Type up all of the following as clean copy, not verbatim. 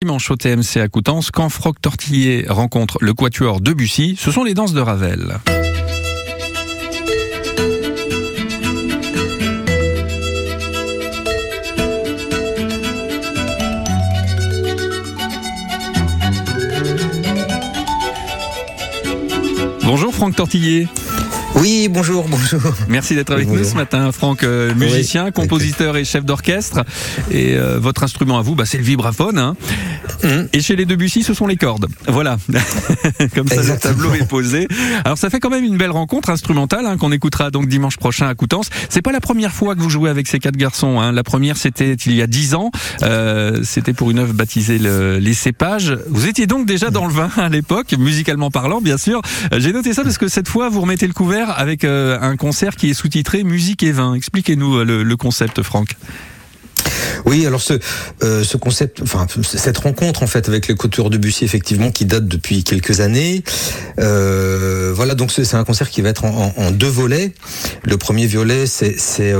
Dimanche au TMC à Coutances, quand Franck Tortiller rencontre le quatuor Debussy, ce sont les danses de Ravel. Bonjour Franck Tortiller. Oui, bonjour. Merci d'être avec nous ce matin, Franck, musicien, compositeur et chef d'orchestre. Et votre instrument à vous, c'est le vibraphone. Hein. Et chez les Debussy, ce sont les cordes. Voilà, comme ça le tableau est posé. Alors ça fait quand même une belle rencontre instrumentale qu'on écoutera donc dimanche prochain à Coutances. C'est pas la première fois que vous jouez avec ces quatre garçons. La première, c'était il y a 10 ans. C'était pour une œuvre baptisée Les Cépages. Vous étiez donc déjà dans le vin à l'époque, musicalement parlant, bien sûr. J'ai noté ça parce que cette fois, vous remettez le couvert avec un concert qui est sous-titré Musique et vin. Expliquez-nous le concept, Franck. Oui, alors ce concept, cette rencontre en fait avec le quatuor Debussy, effectivement, qui date depuis quelques années. Voilà, donc c'est un concert qui va être en deux volets. Le premier volet, c'est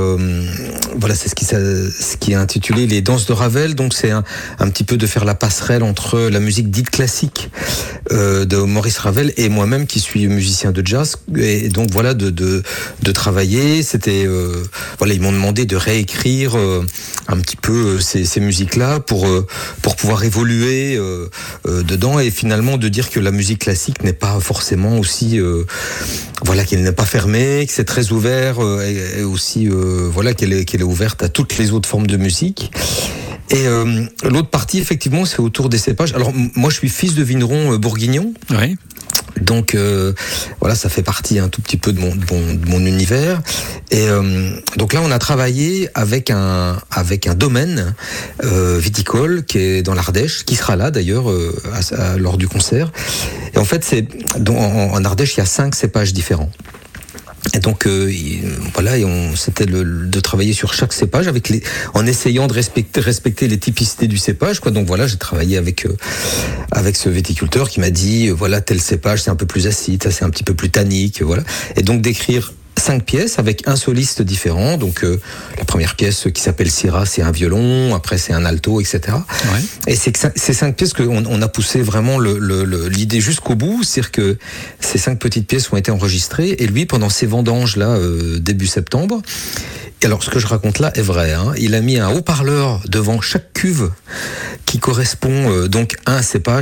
ce qui est intitulé les danses de Ravel. Donc c'est un petit peu de faire la passerelle entre la musique dite classique de Maurice Ravel et moi-même qui suis musicien de jazz. Et donc voilà de travailler. C'était ils m'ont demandé de réécrire un petit peu ces musiques-là pour pouvoir évoluer dedans et finalement de dire que la musique classique n'est pas forcément aussi qu'elle n'est pas fermée, que c'est très ouvert et aussi qu'elle est ouverte à toutes les autres formes de musique. Et l'autre partie, effectivement, c'est autour des cépages. Alors moi, je suis fils de vigneron bourguignon. Oui. Donc ça fait partie un tout petit peu de mon univers. Et donc là, on a travaillé avec un domaine viticole qui est dans l'Ardèche, qui sera là d'ailleurs lors du concert. Et en fait, en Ardèche, il y a 5 cépages différents. Et donc c'était de travailler sur chaque cépage en essayant de respecter les typicités du cépage, quoi. Donc voilà, j'ai travaillé avec ce viticulteur qui m'a dit tel cépage c'est un peu plus acide, ça c'est un petit peu plus tannique, voilà. Et donc d'écrire 5 pièces avec un soliste différent. Donc la première pièce qui s'appelle Syrah, c'est un violon, après c'est un alto, etc. Ouais. Et c'est ces 5 pièces qu'on a poussé vraiment l'idée jusqu'au bout, c'est-à-dire que ces 5 petites pièces ont été enregistrées et lui pendant ses vendanges là début septembre. Et alors ce que je raconte là est vrai, il a mis un haut-parleur devant chaque cuve qui correspond donc à un cépage.